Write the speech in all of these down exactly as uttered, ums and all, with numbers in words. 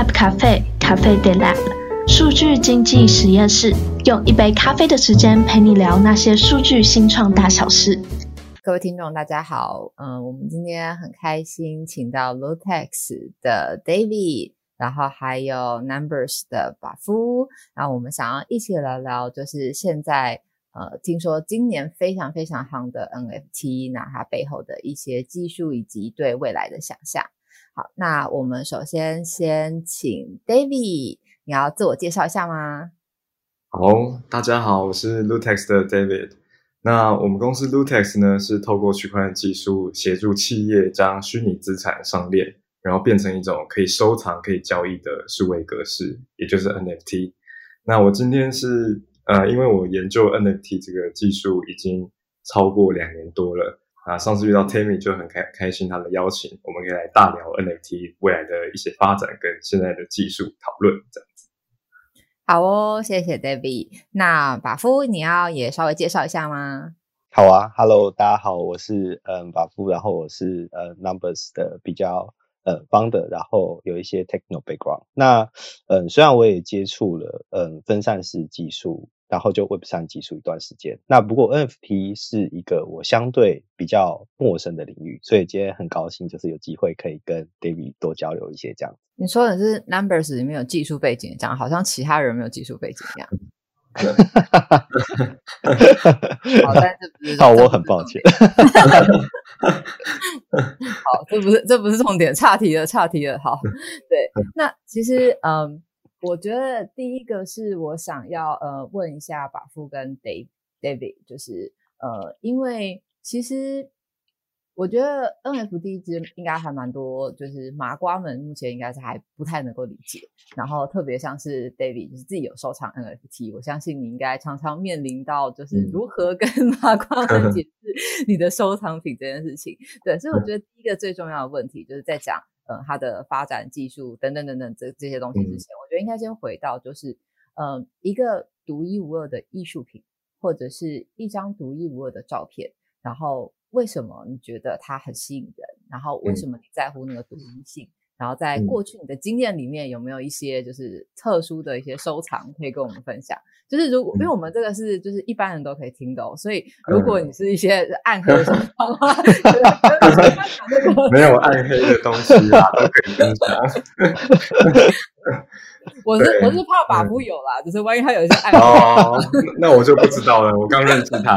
Lab Cafe Cafe de Lab 数据经济实验室，用一杯咖啡的时间陪你聊那些数据新创大小事。 各位听众大家好，嗯，我们今天很开心请到 Lootex 的 David， 然后还有 Numbers 的法夫，然后我们想要一起聊聊就是现在呃，听说今年非常非常夯的 N F T， 那它背后的一些技术以及对未来的想象。好，那我们首先先请 David， 你要自我介绍一下吗？ 好，大家好，我是 Lootex 的 David。那我们公司 Lootex 呢，是透过区块链技术协助企业将虚拟资产上链，然后变成一种可以收藏、可以交易的数位格式，也就是 N F T。那我今天是呃，因为我研究 N F T 这个技术已经超过两年多了啊，上次遇到 Tammy 就很开开心他的邀请，我们可以来大聊 N F T 未来的一些发展跟现在的技术讨论这样子。 好哦，谢谢 David。那法夫你要也稍微介绍一下吗？ 好啊 ，Hello， 大家好，我是嗯法夫，然后我是呃 Numbers 的比较呃 founder， 然后有一些 techno background。那嗯虽然我也接触了嗯分散式技术，然后就 Web 三 技术一段时间，那不过 N F T 是一个我相对比较陌生的领域，所以今天很高兴就是有机会可以跟 David 多交流一些这样。 你说的是 Numbers 里面有技术背景，讲好像其他人没有技术背景一样。好，但这不是好，我很抱歉。 好，这不是这不是重点，岔题了，岔题了。好，对，那其实嗯，我觉得第一个是我想要呃问一下法夫跟 Dave David， 就是呃，因为其实我觉得 N F T 其实应该还蛮多，就是麻瓜们目前应该是还不太能够理解。然后特别像是 David 就是自己有收藏 N F T， 我相信你应该常常面临到就是如何跟麻瓜们解释你的收藏品这件事情。对，所以我觉得第一个最重要的问题就是在讲呃它的发展技术等等等等这这些东西之前，嗯、我觉得应该先回到就是呃一个独一无二的艺术品，或者是一张独一无二的照片，然后为什么你觉得它很吸引人，然后为什么你在乎那个独一性，嗯、然后在过去你的经验里面有没有一些就是特殊的一些收藏可以跟我们分享。就是如果因为我们这个是就是一般人都可以听的哦，所以如果你是一些暗黑的收藏的话没有暗黑的东西啊都可以分享。 我是我是怕法夫有啦，就是万一他有一些暗黑哦，那我就不知道了，我刚认识他。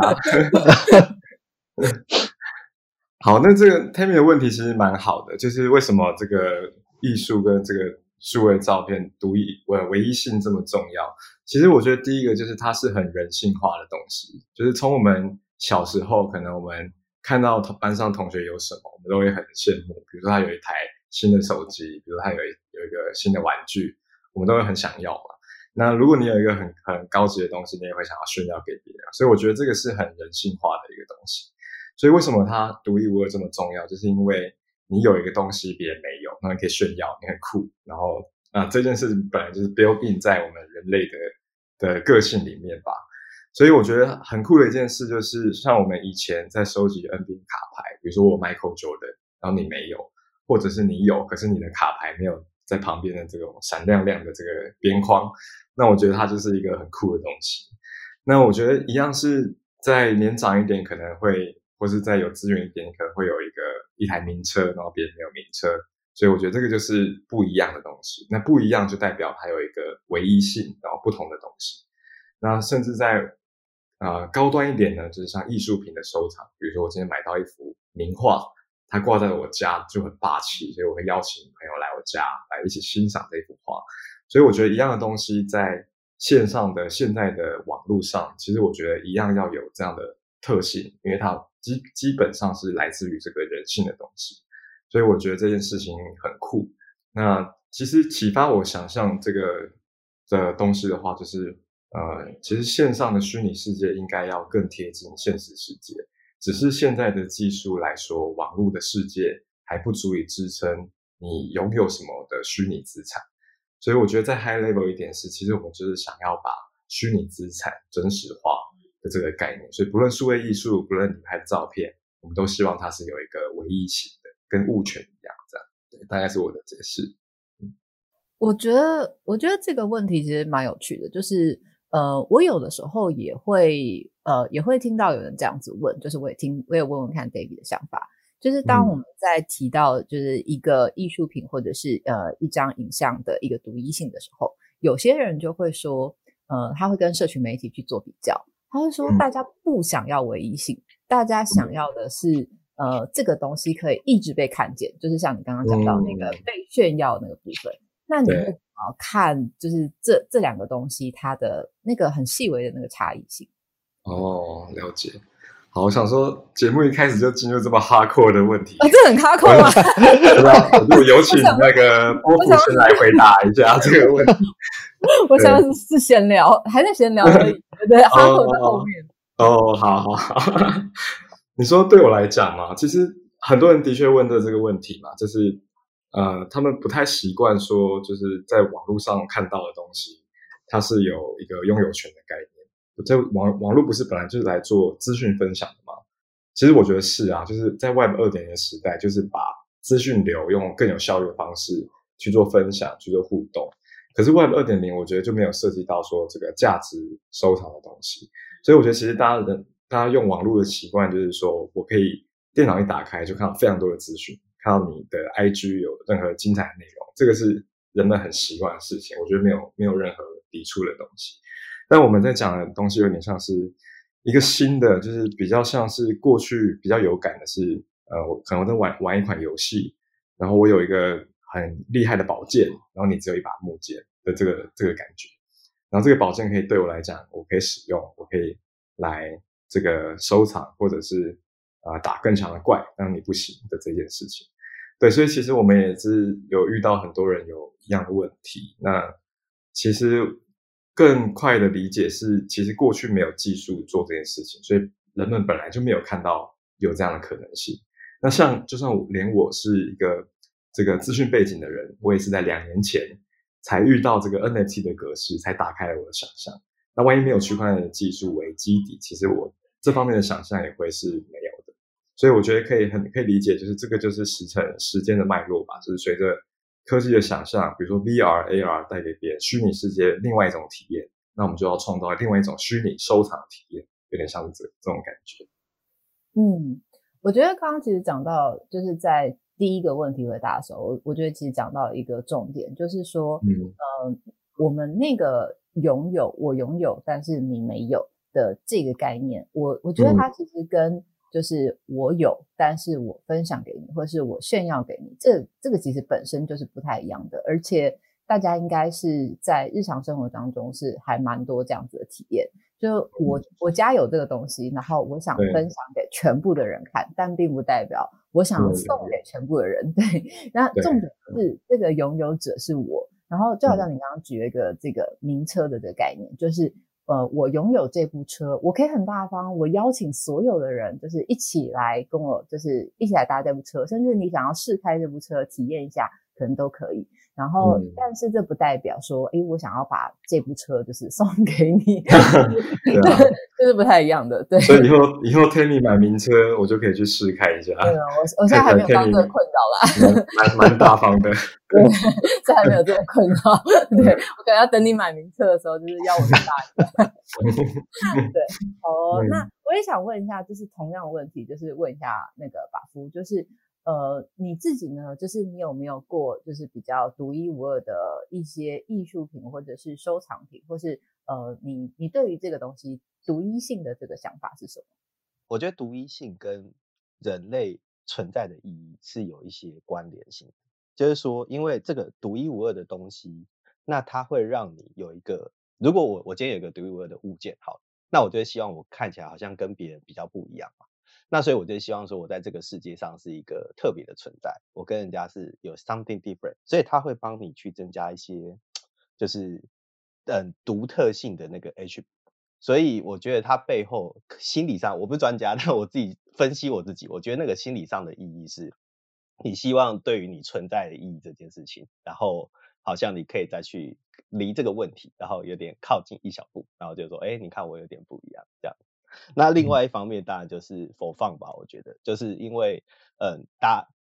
好，那这个 Tammy 的问题其实蛮好的，就是为什么这个艺术跟这个数位照片独一唯一性这么重要。其实我觉得第一个就是它是很人性化的东西，就是从我们小时候可能我们看到班上同学有什么，我们都会很羡慕，比如说他有一台新的手机，比如说他有一有一个新的玩具，我们都会很想要嘛。那如果你有一个很很高级的东西，你也会想要炫耀给别人，所以我觉得这个是很人性化的一个东西。所以为什么它独一无二这么重要，就是因为你有一个东西别人没有，那你可以炫耀，你很酷，然后啊这件事本来就是 built in 在我们人类的的个性里面吧。所以我觉得很酷的一件事就是像我们以前在收集 N B A 卡牌，比如说我 Michael Jordan， 然后你没有，或者是你有，可是你的卡牌没有在旁边的这种闪亮亮的这个边框，那我觉得它就是一个很酷的东西。那我觉得一样是在年长一点可能会，或是再有资源一点可能会有一个一台名车，然后别人没有名车，所以我觉得这个就是不一样的东西。那不一样就代表它有一个唯一性，然后不同的东西。那甚至在呃高端一点呢，就是像艺术品的收藏，比如说我今天买到一幅名画，它挂在我家就很霸气，所以我会邀请朋友来我家来一起欣赏这幅画。所以我觉得一样的东西在线上的现在的网络上，其实我觉得一样要有这样的特性，因为它基基本上是来自于这个人性的东西，所以我觉得这件事情很酷。那其实启发我想象这个的东西的话，就是呃，其实线上的虚拟世界应该要更贴近现实世界，只是现在的技术来说，网络的世界还不足以支撑你拥有什么的虚拟资产。所以我觉得在 high level 一点是，其实我们就是想要把虚拟资产真实化的这个概念，所以不论数位艺术，不论你拍的照片，我们都希望它是有一个唯一性的，跟物权一样这样。对，大概是我的解释。嗯我觉得，我觉得这个问题其实蛮有趣的，就是呃，我有的时候也会呃，也会听到有人这样子问，就是我也听，我也问问看 David 的想法，就是当我们在提到就是一个艺术品或者是呃一张影像的一个独一性的时候，有些人就会说，呃，他会跟社群媒体去做比较，他会说大家不想要唯一性，大家想要的是呃这个东西可以一直被看见，就是像你刚刚讲到那个被炫耀那个部分。那你会怎么看就是这这两个东西它的那个很细微的那个差异性？ 哦，了解。好，我想说节目一开始就进入这么哈扣的问题， 哦，这很哈扣吗？ 我就有请那个波普先来回答一下这个问题。 我想是是闲聊，还在闲聊而已，对对，哈扣在后面。 哦，好好好。你说对我来讲嘛，其实很多人的确问的这个问题嘛，就是呃，他们不太习惯说，就是在网络上看到的东西，它是有一个拥有权的概念。在网网络不是本来就是来做资讯分享的吗？其实我觉得是啊，就是在 Web 二点零 的时代，就是把资讯流用更有效率的方式去做分享，去做互动。可是 Web 二点零 我觉得就没有涉及到说这个价值收藏的东西，所以我觉得其实大家人大家用网络的习惯就是说我可以电脑一打开就看到非常多的资讯，看到你的 I G 有任何精彩的内容，这个是人们很习惯的事情，我觉得没有没有任何抵触的东西。但我们在讲的东西有点像是一个新的，就是比较像是过去比较有感的是，呃，我可能我在玩玩一款游戏，然后我有一个很厉害的宝剑，然后你只有一把木剑的这个这个感觉，然后这个宝剑可以对我来讲，我可以使用，我可以来这个收藏，或者是呃打更强的怪，让你不行的这件事情。对，所以其实我们也是有遇到很多人有一样的问题。那其实更快的理解是，其实过去没有技术做这件事情，所以人们本来就没有看到有这样的可能性。那像就算连我是一个这个资讯背景的人，我也是在两年前才遇到这个 N F T 的格式，才打开了我的想象。那万一没有区块链的技术为基底，其实我这方面的想象也会是没有的。所以我觉得可以很可以理解，就是这个就是时辰时间的脉络吧，就是随着科技的想象，比如说 V R、A R 带给别人虚拟世界另外一种体验，那我们就要创造另外一种虚拟收藏体验，有点像是这这种感觉。 嗯，我觉得刚刚其实讲到，就是在第一个问题回答的时候，我我觉得其实讲到一个重点，就是说，嗯，呃，我们那个拥有，我拥有，但是你没有的这个概念，我我觉得它其实跟就是我有，但是我分享给你，或是我炫耀给你，这这个其实本身就是不太一样的，而且大家应该是在日常生活当中是还蛮多这样子的体验。就我我家有这个东西，然后我想分享给全部的人看，但并不代表我想送给全部的人。对，那重点是这个拥有者是我。然后就好像你刚刚举了一个这个名车的这个概念，就是呃，我拥有这部车，我可以很大方，我邀请所有的人，就是一起来跟我，就是一起来搭这部车，甚至你想要试开这部车体验一下，可能都可以。然后，嗯、但是这不代表说，诶，我想要把这部车就是送给你，对啊，这是不太一样的。对， 所以以后以后 Tammy 买名车，我就可以去试开一下。 对啊，我我现在还没有到这个困扰啦，蛮蛮大方的。 对，这还没有这个困扰。对，我可能要等你买名车的时候，就是要我去搭一下。对，好哦、嗯。那我也想问一下，就是同样的问题，就是问一下那个法夫，就是。呃，你自己呢？就是你有没有过，就是比较独一无二的一些艺术品，或者是收藏品，或是呃，你你对于这个东西独一性的这个想法是什么？ 我觉得独一性跟人类存在的意义是有一些关联性的，就是说，因为这个独一无二的东西，那它会让你有一个，如果我我今天有一个独一无二的物件，好，那我就会希望我看起来好像跟别人比较不一样嘛。那所以我就希望说我在这个世界上是一个特别的存在，我跟人家是有 something different， 所以它会帮你去增加一些就是嗯独特性的那个 attribute。 所以我觉得它背后心理上，我不是专家，但我自己分析我自己，我觉得那个心理上的意义是你希望对于你存在的意义这件事情，然后好像你可以再去离这个问题然后有点靠近一小步，然后就说哎，你看我有点不一样这样。那另外一方面当然就是 for fun 吧，我觉得就是因为嗯，大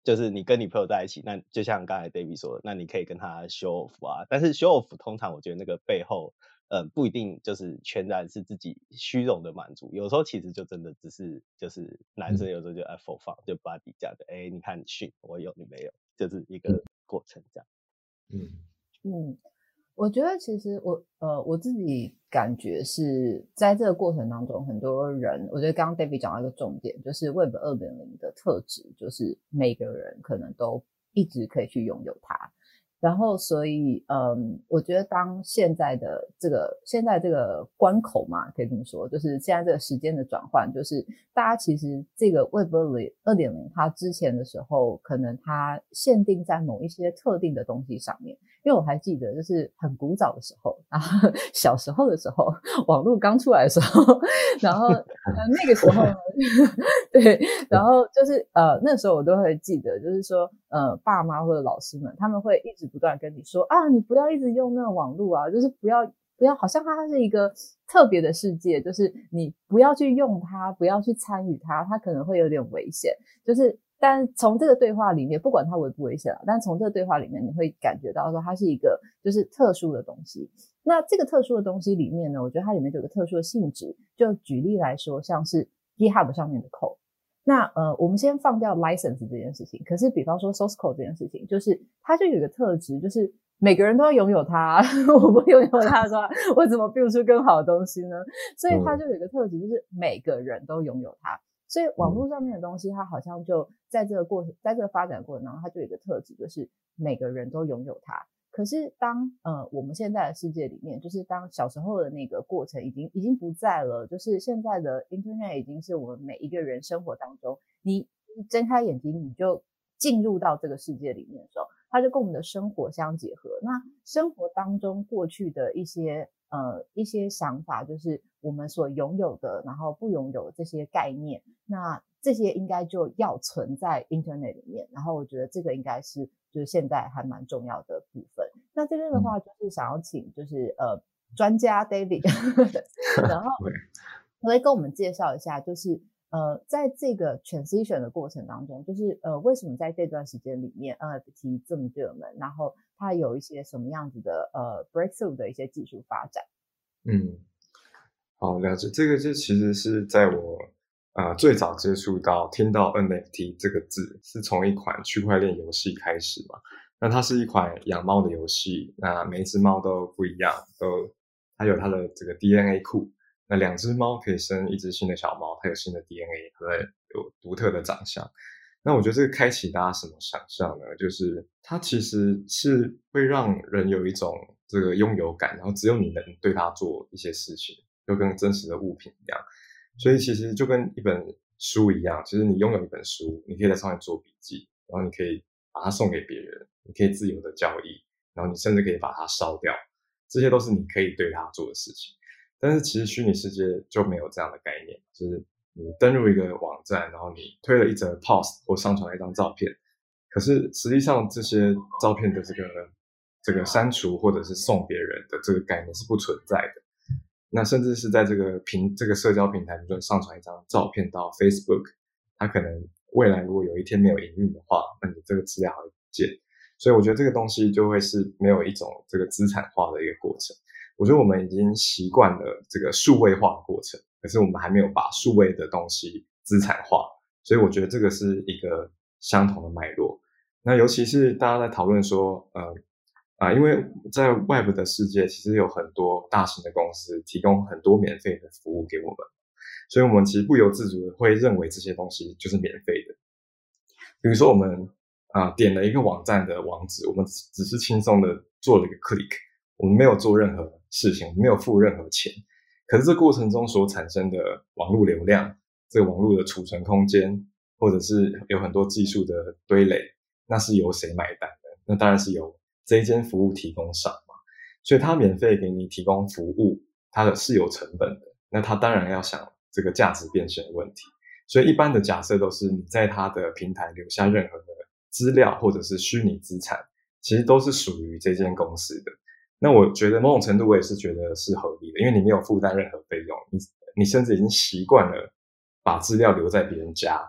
就是你跟你朋友在一起，那就像刚才 David 说的，那你可以跟他 show off 啊，但是 show off 通常我觉得那个背后，嗯，不一定就是全然是自己虚荣的满足，有时候其实就真的只是就是男生有时候就爱 for fun，就 body 这样的，哎，你看你训我有你没有，就是一个过程这样。 嗯嗯，我觉得其实我呃我自己感觉是在这个过程当中，很多人，我觉得刚刚 David 讲到一个重点，就是 Web 二点零 的特质，就是每个人可能都一直可以去拥有它。然后所以嗯，我觉得当现在的这个现在这个关口嘛，可以这么说，就是现在这个时间的转换，就是大家其实这个 Web 二点零 它之前的时候可能它限定在某一些特定的东西上面，因为我还记得就是很古早的时候，然后小时候的时候，网络刚出来的时候，然后、呃、那个时候对，然后就是呃那时候我都会记得，就是说呃爸妈或者老师们他们会一直不断跟你说啊，你不要一直用那个网络啊，就是不要不要，好像它是一个特别的世界，就是你不要去用它，不要去参与它，它可能会有点危险。就是但从这个对话里面，不管它危不危险啊，但从这个对话里面你会感觉到说它是一个就是特殊的东西。那这个特殊的东西里面呢，我觉得它里面就有个特殊的性质，就举例来说，像是 GitHub 上面的 code。那呃，我们先放掉 license 这件事情，可是比方说 source code 这件事情，就是它就有一个特质，就是每个人都要拥有它。我不拥有它的时候，我怎么 build 出更好的东西呢？所以它就有一个特质，就是每个人都拥有它。所以网络上面的东西，它好像就在这个过程，在这个发展过程当中，它就有一个特质，就是每个人都拥有它。可是当呃我们现在的世界里面，就是当小时候的那个过程已经已经不在了，就是现在的 Internet 已经是我们每一个人生活当中，你睁开眼睛你就进入到这个世界里面的时候，它就跟我们的生活相结合。那生活当中过去的一些呃一些想法，就是我们所拥有的，然后不拥有的这些概念，那这些应该就要存在 Internet 里面。然后我觉得这个应该是就是现在还蛮重要的部分。那这边的话就是想要请就是呃专家 David 然后来跟我们介绍一下，就是呃在这个 transition 的过程当中，就是呃为什么在这段时间里面 N F T 这么热门，然后它有一些什么样子的呃 breakthrough 的一些技术发展。 嗯，好，了解。这个就其实是在我呃最早接触到听到 N F T 这个字，是从一款区块链游戏开始嘛。那它是一款养猫的游戏，那每一只猫都不一样，都它有它的这个 D N A 库。那两只猫可以生一只新的小猫，它有新的 D N A， 它有独特的长相。那我觉得这个开启大家什么想象呢？就是它其实是会让人有一种这个拥有感，然后只有你能对它做一些事情，就跟真实的物品一样。所以其实就跟一本书一样，其实你拥有一本书，你可以在上面做笔记，然后你可以把它送给别人，你可以自由的交易，然后你甚至可以把它烧掉，这些都是你可以对它做的事情。但是其实虚拟世界就没有这样的概念，就是你登入一个网站，然后你推了一则 post 或上传了一张照片，可是实际上这些照片的这个这个删除或者是送别人的这个概念是不存在的。那甚至是在这个平这个社交平台，比如上传一张照片到 Facebook， 它可能未来如果有一天没有营运的话，那你这个资料会不见。所以我觉得这个东西就会是没有一种这个资产化的一个过程。我觉得我们已经习惯了这个数位化的过程，可是我们还没有把数位的东西资产化，所以我觉得这个是一个相同的脉络。那尤其是大家在讨论说呃啊，因为在 Web 的世界其实有很多大型的公司提供很多免费的服务给我们，所以我们其实不由自主的会认为这些东西就是免费的。比如说我们啊点了一个网站的网址，我们只是轻松的做了一个 click， 我们没有做任何事情，我们没有付任何钱，可是这过程中所产生的网络流量，这个网络的储存空间，或者是有很多技术的堆垒，那是由谁买单的？那当然是由这一间服务提供商嘛。所以他免费给你提供服务，它的是有成本的，那他当然要想这个价值变现的问题。所以一般的假设都是你在他的平台留下任何的资料或者是虚拟资产，其实都是属于这间公司的。那我觉得某种程度我也是觉得是合理的，因为你没有负担任何费用，你你甚至已经习惯了把资料留在别人家，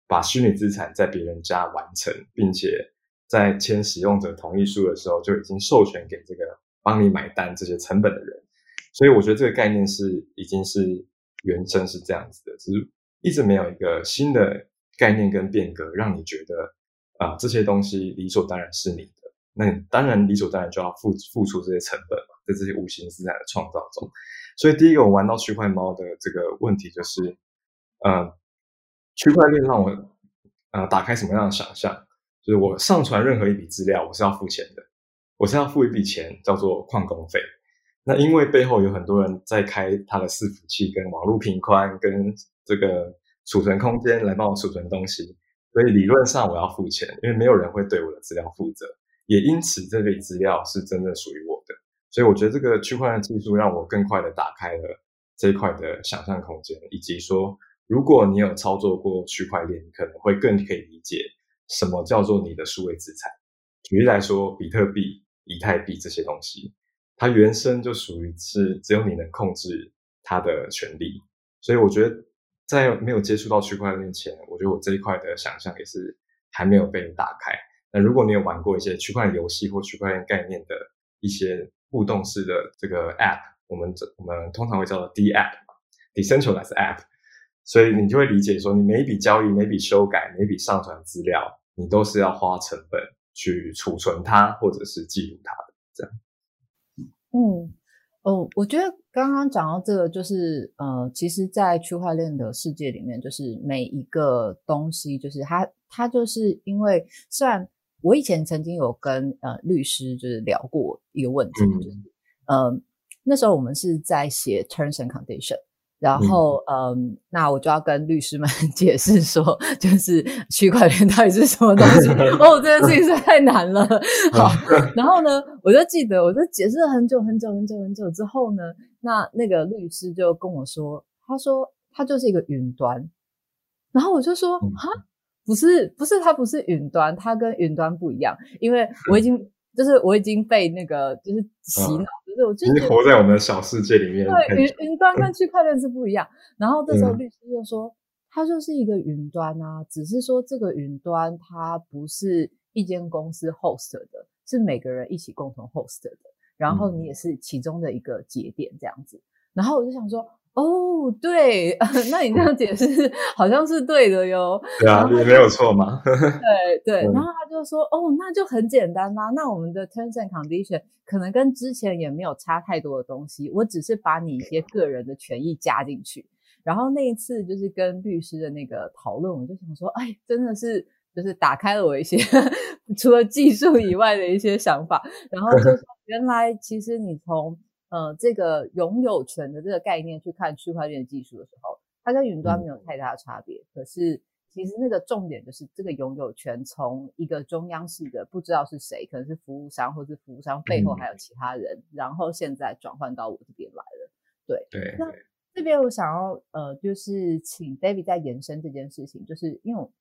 把虚拟资产在别人家完成，并且在签使用者同意书的时候就已经授权给这个帮你买单这些成本的人。所以我觉得这个概念是已经是原生是这样子的，只是一直没有一个新的概念跟变革让你觉得啊、呃、这些东西理所当然是你的，那你当然理所当然就要付付出这些成本嘛，在这些无形资产的创造中。所以第一个我玩到区块猫的这个问题就是呃区块链让我呃打开什么样的想象，就是我上传任何一笔资料我是要付钱的，我是要付一笔钱叫做矿工费。那因为背后有很多人在开他的伺服器跟网络频宽跟这个储存空间来帮我储存东西，所以理论上我要付钱，因为没有人会对我的资料负责，也因此这笔资料是真正属于我的。所以我觉得这个区块链技术让我更快的打开了这一块的想象空间，以及说如果你有操作过区块链，你可能会更可以理解什么叫做你的数位资产。举例来说，比特币、以太币这些东西，它原生就属于是只有你能控制它的权利。所以我觉得在没有接触到区块链前，我觉得我这一块的想象也是还没有被打开。那如果你有玩过一些区块链游戏或区块链概念的一些互动式的这个 App， 我们我们通常会叫做 D App 嘛 Decentralized App， 所以你就会理解说，你每一笔交易、每一笔修改、每一笔上传资料，你都是要花成本去储存它或者是记录它的，这样。 嗯，哦，我觉得刚刚讲到这个，就是呃，其实，在区块链的世界里面，就是每一个东西，就是它，它就是因为，虽然我以前曾经有跟呃律师就是聊过一个问题，嗯、就是呃那时候我们是在写 terms and condition。然后嗯, 嗯，那我就要跟律师们解释说，就是区块链到底是什么东西。哦，这件事情实在太难了。好，然后呢，我就记得，我就解释了很久很久很久很久之后呢，那那个律师就跟我说，他说它就是一个云端。然后我就说，哈，不是，不是，它不是云端，它跟云端不一样，因为我已经就是我已经被那个就是洗脑。嗯对，我就你活在我们的小世界里面。 对，云云端跟区块链是不一样。然后这时候律师就说，嗯、它就是一个云端啊，只是说这个云端它不是一间公司 host 的，是每个人一起共同 host 的。然后你也是其中的一个节点这样子。然后我就想说，哦，对，那你这样解释好像是对的哟。 对啊，也没有错嘛。 对对，然后他就说，哦，那就很简单啦。那我们的 terms and condition 可能跟之前也没有差太多的东西，我只是把你一些个人的权益加进去。然后那一次就是跟律师的那个讨论，我就想说，哎，真的是就是打开了我一些除了技术以外的一些想法。然后就说，原来其实你从呃这个拥有权的这个概念去看区块链技术的时候，它跟云端没有太大的差别。可是其实那个重点就是这个拥有权从一个中央式的不知道是谁，可能是服务商，或是服务商背后还有其他人，嗯、然后现在转换到我这边来了。对， 对。 那这边我想要呃，就是请 David 再延伸这件事情，就是因为我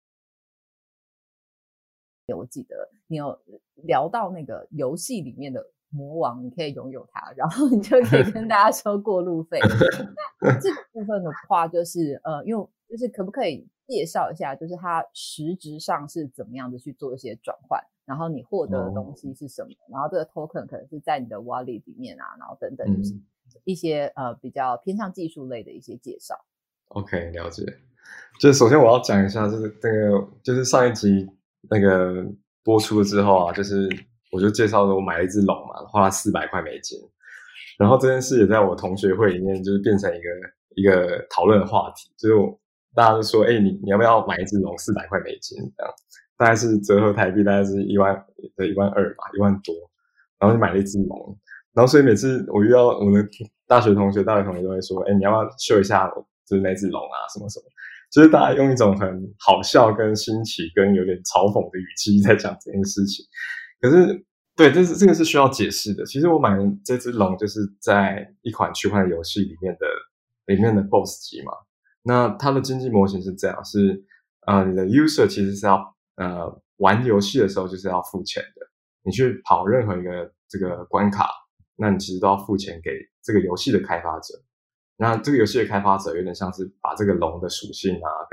我记得你有聊到那个游戏里面的魔王，你可以拥有它，然后你就可以跟大家收过路费。那这个部分的话，就是呃，因为就是可不可以介绍一下，就是它实质上是怎么样的去做一些转换，然后你获得的东西是什么，哦、然后这个 token 可能是在你的 wallet 里面啊，然后等等，就是一些、嗯、呃比较偏向技术类的一些介绍。 OK， 了解。就是首先我要讲一下，就是那个就是上一集那个播出了之后啊，就是我就介绍说我买了一只龙嘛，花了四百块美金。然后这件事也在我同学会里面就是变成一个一个讨论的话题，就是我大家都说，哎，你你要不要买一只龙四百块美金这样，大概是折合台币大概是一万对一万二吧，一万多。然后就买了一只龙，然后所以每次我遇到我的大学同学、大学同学都会说，哎，你要不要秀一下就是那只龙啊什么什么，就是大家用一种很好笑跟新奇跟有点嘲讽的语气在讲这件事情。可是对，这是这个是需要解释的。其实我买的这只龙就是在一款区块链游戏里面的里面的 boss 级嘛。那它的经济模型是这样，是呃你的 user 其实是要呃玩游戏的时候就是要付钱的。你去跑任何一个这个关卡，那你其实都要付钱给这个游戏的开发者。那这个游戏的开发者有点像是把这个龙的属性啊跟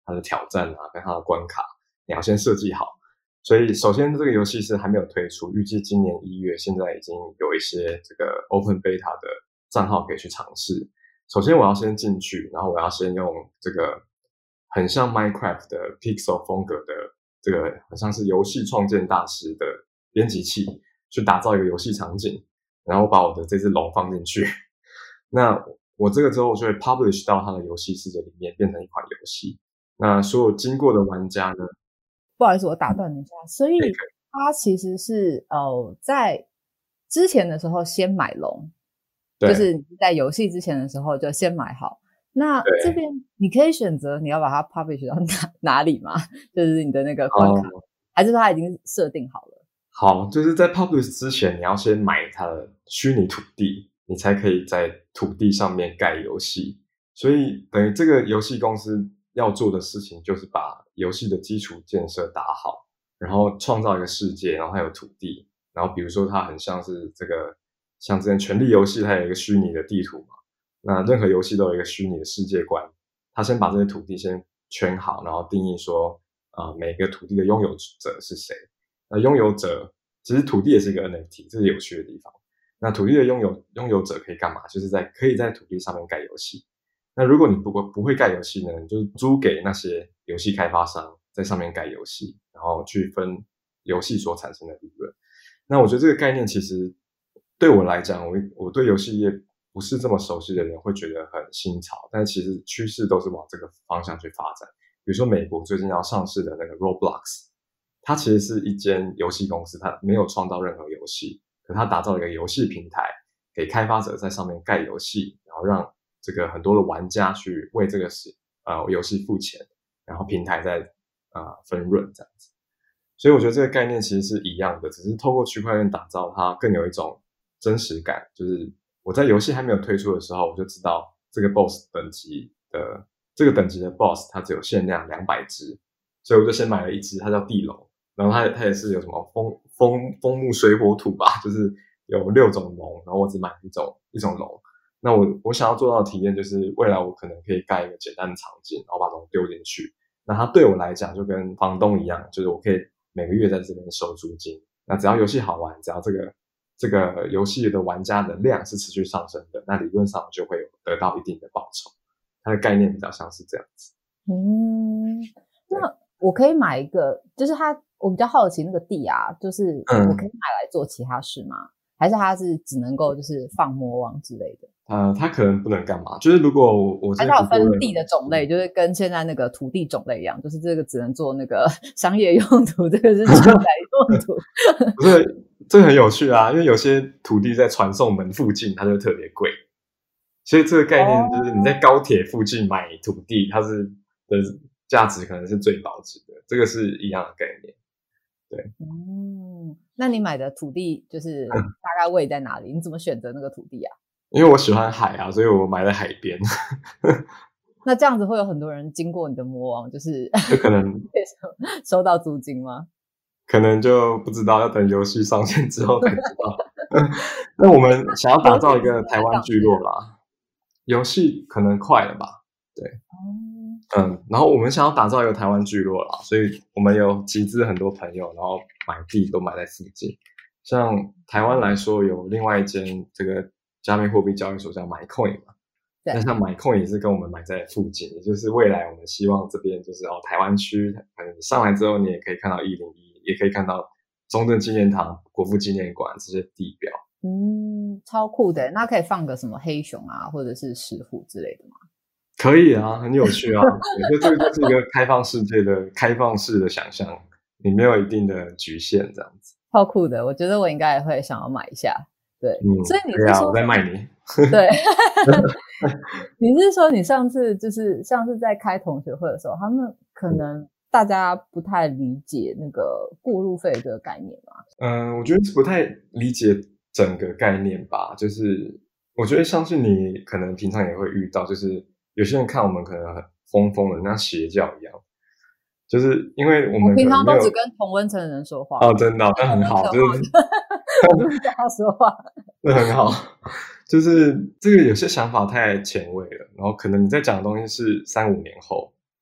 它的挑战啊跟它的关卡，你要先设计好。所以首先这个游戏是还没有推出，预计今年一月现在已经有一些这个 open beta 的账号可以去尝试。首先我要先进去，然后我要先用这个很像 Minecraft 的 pixel 风格的这个好像是游戏创建大师的编辑器去打造一个游戏场景，然后把我的这只龙放进去。那我这个之后就会 publish 到它的游戏世界里面，变成一款游戏。那所有经过的玩家呢， 不好意思，我打断你一下。所以它其实是呃，在之前的时候先买龙，就是你在游戏之前的时候就先买好。那这边你可以选择你要把它 publish 到哪哪里吗？就是你的那个关卡，哦、还是说它已经设定好了？ 好，就是在 publish 之前，你要先买它的虚拟土地，你才可以在土地上面盖游戏。所以等于这个游戏公司要做的事情就是把游戏的基础建设打好，然后创造一个世界，然后还有土地，然后比如说它很像是这个像之前权力游戏它有一个虚拟的地图嘛，那任何游戏都有一个虚拟的世界观，它先把这些土地先圈好，然后定义说呃每个土地的拥有者是谁。那拥有者其实土地也是一个 N F T， 这是有趣的地方。那土地的拥有拥有者可以干嘛？就是在可以在土地上面盖游戏。那如果你不不会盖游戏呢，你就租给那些游戏开发商在上面盖游戏，然后去分游戏所产生的利润。那我觉得这个概念其实对我来讲，我我对游戏业不是这么熟悉的人会觉得很新潮，但其实趋势都是往这个方向去发展。比如说美国最近要上市的那个 Roblox， 它其实是一间游戏公司，它没有创造任何游戏，可它打造了一个游戏平台，给开发者在上面盖游戏，然后让这个很多的玩家去为这个呃游戏付钱，然后平台再呃分润这样子。所以我觉得这个概念其实是一样的，只是透过区块链打造它更有一种真实感。就是我在游戏还没有推出的时候，我就知道这个 boss 等级的这个等级的 boss 它只有限量两百只，所以我就先买了一只，它叫地龙，然后它它也是有什么风风风木水火土吧，就是有六种龙，然后我只买一种一种龙。那我我想要做到的体验就是未来我可能可以盖一个简单的场景，然后把龙丢进去。那它对我来讲就跟房东一样，就是我可以每个月在这边收租金。那只要游戏好玩，只要这个这个游戏的玩家的量是持续上升的，那理论上就会有得到一定的报酬。它的概念比较像是这样子。 嗯，那我可以买一个，就是它，我比较好奇那个地啊，就是我可以买来做其他事吗？嗯、还是它是只能够就是放魔王之类的？ 呃，它可能不能干嘛？就是如果我我还是有分地的种类，就是跟现在那个土地种类一样，就是这个只能做那个商业用途，这个是住宅用途。 不是，这个很有趣啊，因为有些土地在传送门附近，它就特别贵。所以这个概念就是你在高铁附近买土地，它是的价值可能是最保值的，这个是一样的概念。对， 嗯，那你买的土地就是大概位在哪里？你怎么选择那个土地啊？ 因为我喜欢海啊，所以我买在海边。 那这样子会有很多人经过你的魔王，就是就可能收到租金吗？ 可能就不知道，要等游戏上线之后才知道。那我们想要打造一个台湾聚落啦，游戏可能快了吧？对，嗯，然后我们想要打造一个台湾聚落啦，所以我们有集资很多朋友，然后买地都买在附近。像台湾来说，有另外一间这个加密货币交易所叫 MyCoin 嘛，那像 MyCoin 也是跟我们买在附近，也就是未来我们希望这边就是哦台湾区，可能上来之后你也可以看到一零一，也可以看到中正纪念堂、国父纪念馆这些地标。 嗯，超酷的。那可以放个什么黑熊啊，或者是石虎之类的吗？ 可以啊，很有趣啊。我觉得这个就是一个开放世界的开放式的想象，你没有一定的局限这样子。 超酷的，我觉得我应该也会想要买一下。对， 嗯， 所以你是说、 啊、我在卖你。 对，你是说你上次就是像是在开同学会的时候，他们可能大家不太理解那个过路费这个概念吗？ 嗯、呃，我觉得不太理解整个概念吧。就是我觉得相信你可能平常也会遇到，就是有些人看我们可能很疯疯的，像邪教一样。就是因为我们我平常都只跟同温层的人说话。 哦，真的、哦，那很好，就是我不是跟他说话， 那很好。就是这个有些想法太前卫了，然后可能你在讲的东西是三五年后，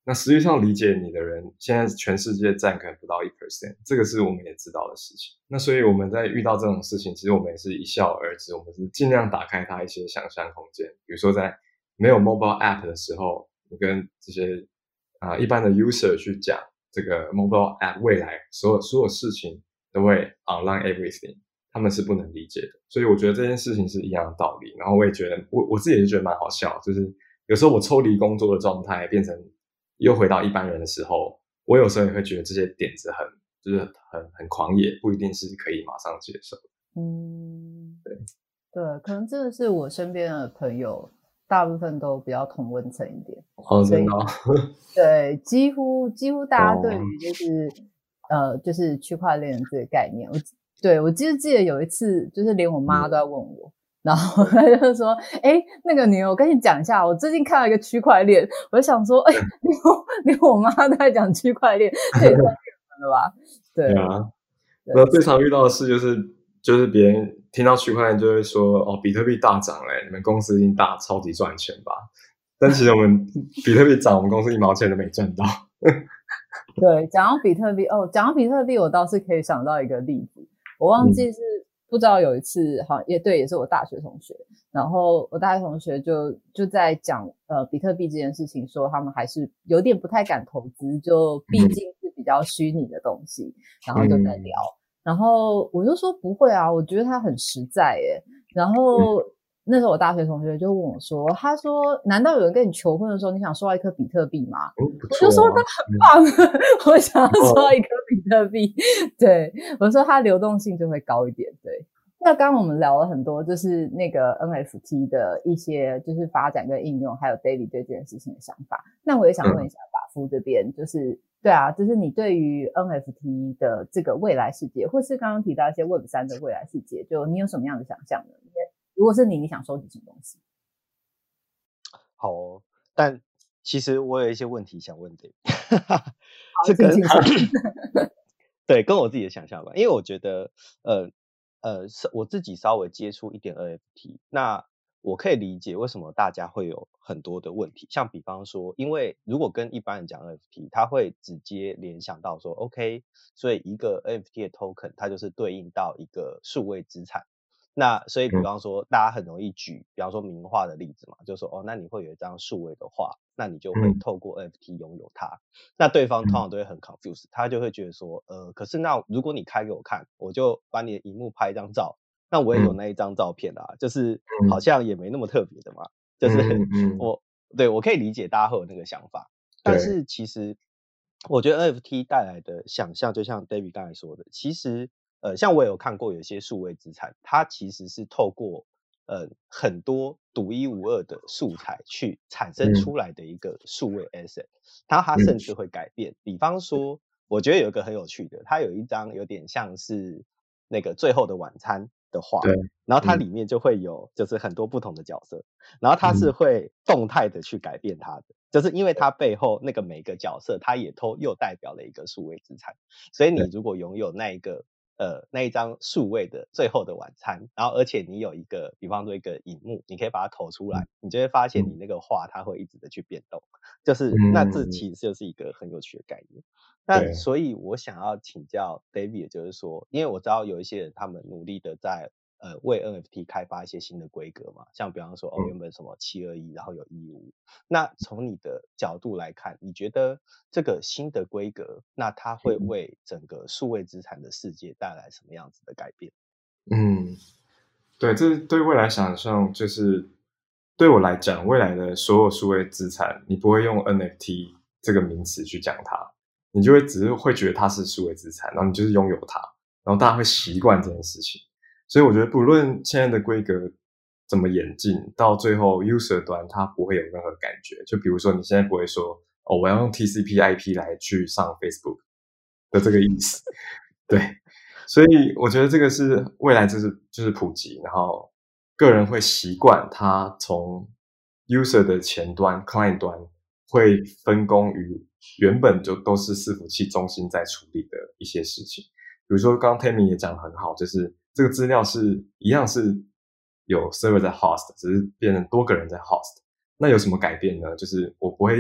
那实际上理解你的人，现在全世界占可能不到 百分之一， 这个是我们也知道的事情。那所以我们在遇到这种事情，其实我们也是一笑而之，我们是尽量打开它一些想象空间。比如说在没有 mobile app 的时候，你跟这些啊、呃、一般的 user 去讲这个 mobile app 未来所有所有事情都会 online everything， 他们是不能理解的。所以我觉得这件事情是一样的道理。然后我也觉得我我自己也是觉得蛮好笑，就是有时候我抽离工作的状态变成又回到一般人的时候，我有时候也会觉得这些点子很就是很很狂野，不一定是可以马上接受。 嗯，对对，可能真的是我身边的朋友大部分都比较同温层一点。 哦，真的、哦？ 对，几乎几乎大家对于就是、哦、呃就是区块链这个概念，我对我记得记得有一次，就是连我妈都在问我。嗯，然后他就说：“哎，那个女儿，我跟你讲一下，我最近看到一个区块链。”我就想说：“哎，连我连我妈都在讲区块链，这也太热门了吧？”对, 对啊，那最常遇到的事就是，就是别人听到区块链就会说：“哦，比特币大涨嘞，你们公司一定大超级赚钱吧？”但其实我们比特币涨，我们公司一毛钱都没赚到。 对，讲到比特币，哦，讲到比特币，我倒是可以想到一个例子，我忘记是。嗯，不知道有一次，好也对，也是我大学同学，然后我大学同学就就在讲呃比特币这件事情，说他们还是有点不太敢投资，就毕竟是比较虚拟的东西，然后就在聊，然后我就说不会啊，我觉得它很实在耶。然后那时候我大学同学就问我说，他说难道有人跟你求婚的时候，你想收到一颗比特币吗？ 哦，不错啊， 我就说那很棒，嗯，我想要收到一颗比特币。对，我说它流动性就会高一点。对，那刚刚我们聊了很多，就是那个 N F T 的一些就是发展跟应用，还有 David 对这件事情的想法。那我也想问一下法夫这边，就是对啊，就是你对于 N F T 的这个未来世界，或是刚刚提到一些 Web 三 的未来世界，就你有什么样的想象呢？如果是你，你想收集什么东西？ 好哦，但其实我有一些问题想问的， 这跟对跟我自己的想象吧，因为我觉得呃呃我自己稍微接触一点 N F T， 那我可以理解为什么大家会有很多的问题，像比方说，因为如果跟一般人讲 N F T， 他会直接联想到说 OK， 所以一个 N F T 的 token 它就是对应到一个数位资产。那所以比方说大家很容易举比方说名画的例子嘛，就是说哦，那你会有一张数位的画，那你就会透过 N F T 拥有它，那对方通常都会很 confused， 他就会觉得说呃，可是那如果你开给我看，我就把你的萤幕拍一张照，那我也有那一张照片啊，就是好像也没那么特别的嘛，就是我对我可以理解大家会有那个想法，但是其实我觉得 N F T 带来的想象，就像 David 刚才说的，其实呃，像我也有看过有些数位资产，它其实是透过呃很多独一无二的素材去产生出来的一个数位 asset， 它它甚至会改变。比方说，我觉得有一个很有趣的，它有一张有点像是那个最后的晚餐的画，然后它里面就会有就是很多不同的角色，然后它是会动态的去改变它的，就是因为它背后那个每个角色，它也都又代表了一个数位资产，所以你如果拥有那一个。呃，那一张数位的最后的晚餐，然后而且你有一个，比方说一个萤幕，你可以把它投出来，你就会发现你那个画它会一直的去变动，就是那这其实就是一个很有趣的概念。那所以我想要请教 David， 也就是说，因为我知道有一些人他们努力的在呃为 N F T 开发一些新的规格嘛，像比方说哦原本什么七二一，然后有一五，那从你的角度来看，你觉得这个新的规格，那它会为整个数位资产的世界带来什么样子的改变？ 嗯，对，这对未来想象就是对我来讲，未来的所有数位资产，你不会用 N F T 这个名词去讲它，你就会只是会觉得它是数位资产，然后你就是拥有它，然后大家会习惯这件事情。所以我觉得不论现在的规格怎么演进，到最后 user 端它不会有任何感觉。就比如说你现在不会说哦，我要用 T C P I P 来去上 Facebook 的这个意思。对，所以我觉得这个是未来就是就是普及，然后个人会习惯它从 user 的前端 client 端会分工于原本就都是伺服器中心在处理的一些事情。比如说刚刚 Tammy 也讲得很好，就是这个资料是一样是有 server 在 host， 只是变成多个人在 host。那有什么改变呢？就是我不会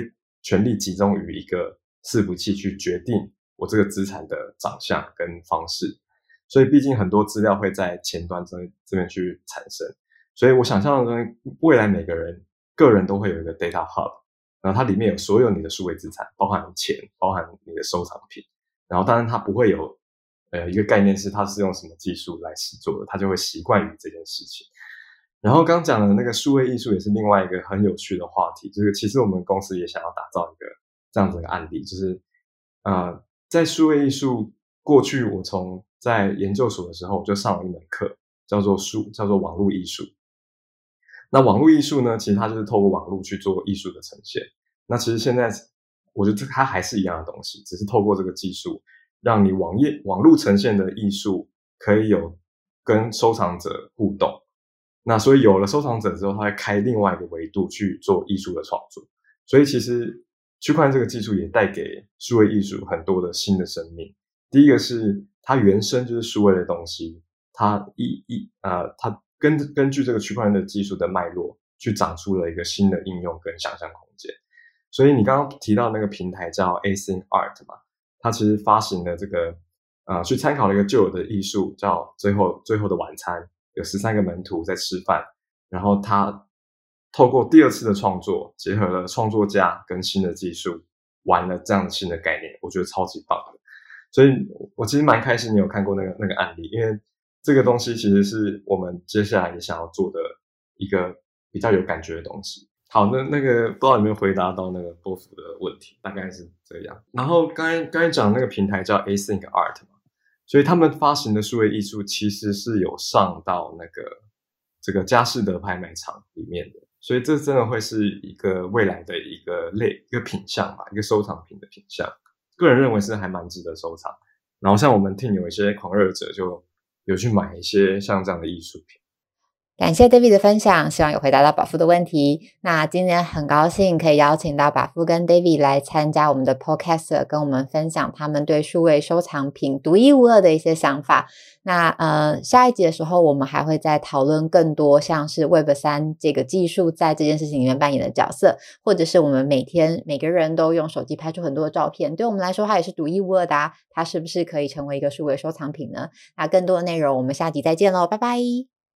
权力集中于一个伺服器去决定我这个资产的长相跟方式，所以毕竟很多资料会在前端这这边去产生，所以我想象中未来每个人个人都会有一个 data hub， 然后它里面有所有你的数位资产，包含钱，包含你的收藏品，然后当然它不会有呃一个概念是它是用什么技术来实作的，它就会习惯于这件事情。然后刚讲的那个数位艺术也是另外一个很有趣的话题，就是其实我们公司也想要打造一个这样子的案例，就是呃，在数位艺术过去我从在研究所的时候我就上了一门课叫做数叫做网络艺术。那网络艺术呢，其实它就是透过网络去做艺术的呈现。那其实现在我觉得它还是一样的东西，只是透过这个技术让你网页网络呈现的艺术可以有跟收藏者互动。那所以有了收藏者之后，他会开另外一个维度去做艺术的创作。所以其实区块链这个技术也带给数位艺术很多的新的生命。第一个是它原生就是数位的东西，它一一呃它根根据这个区块链的技术的脉络去长出了一个新的应用跟想象空间。所以你刚刚提到那个平台叫 Async Art 嘛，它其实发行了这个呃去参考了一个旧有的艺术叫最后最后的晚餐，有十三个门徒在吃饭，然后他透过第二次的创作，结合了创作家跟新的技术，玩了这样新的概念，我觉得超级棒的。所以我其实蛮开心你有看过那个那个案例，因为这个东西其实是我们接下来也想要做的一个比较有感觉的东西。好，那那个不知道有没有回答到那个波福的问题，大概是这样。然后刚才刚才讲的那个平台叫 Async Art 嘛，所以他们发行的数位艺术其实是有上到那个这个佳士得拍卖场里面的，所以这真的会是一个未来的一个类一个品项吧，一个收藏品的品项。个人认为是还蛮值得收藏。然后像我们 team 有一些狂热者就有去买一些像这样的艺术品。 感谢 David 的分享，希望有回答到宝富的问题。那今天很高兴可以邀请到宝富跟 David 来参加我们的 podcast， 跟我们分享他们对数位收藏品独一无二的一些想法。那呃，下一集的时候我们还会再讨论更多像是 Web 三 这个技术在这件事情里面扮演的角色，或者是我们每天每个人都用手机拍出很多的照片，对我们来说它也是独一无二的啊，它是不是可以成为一个数位收藏品呢？那更多的内容我们下集再见咯，拜拜。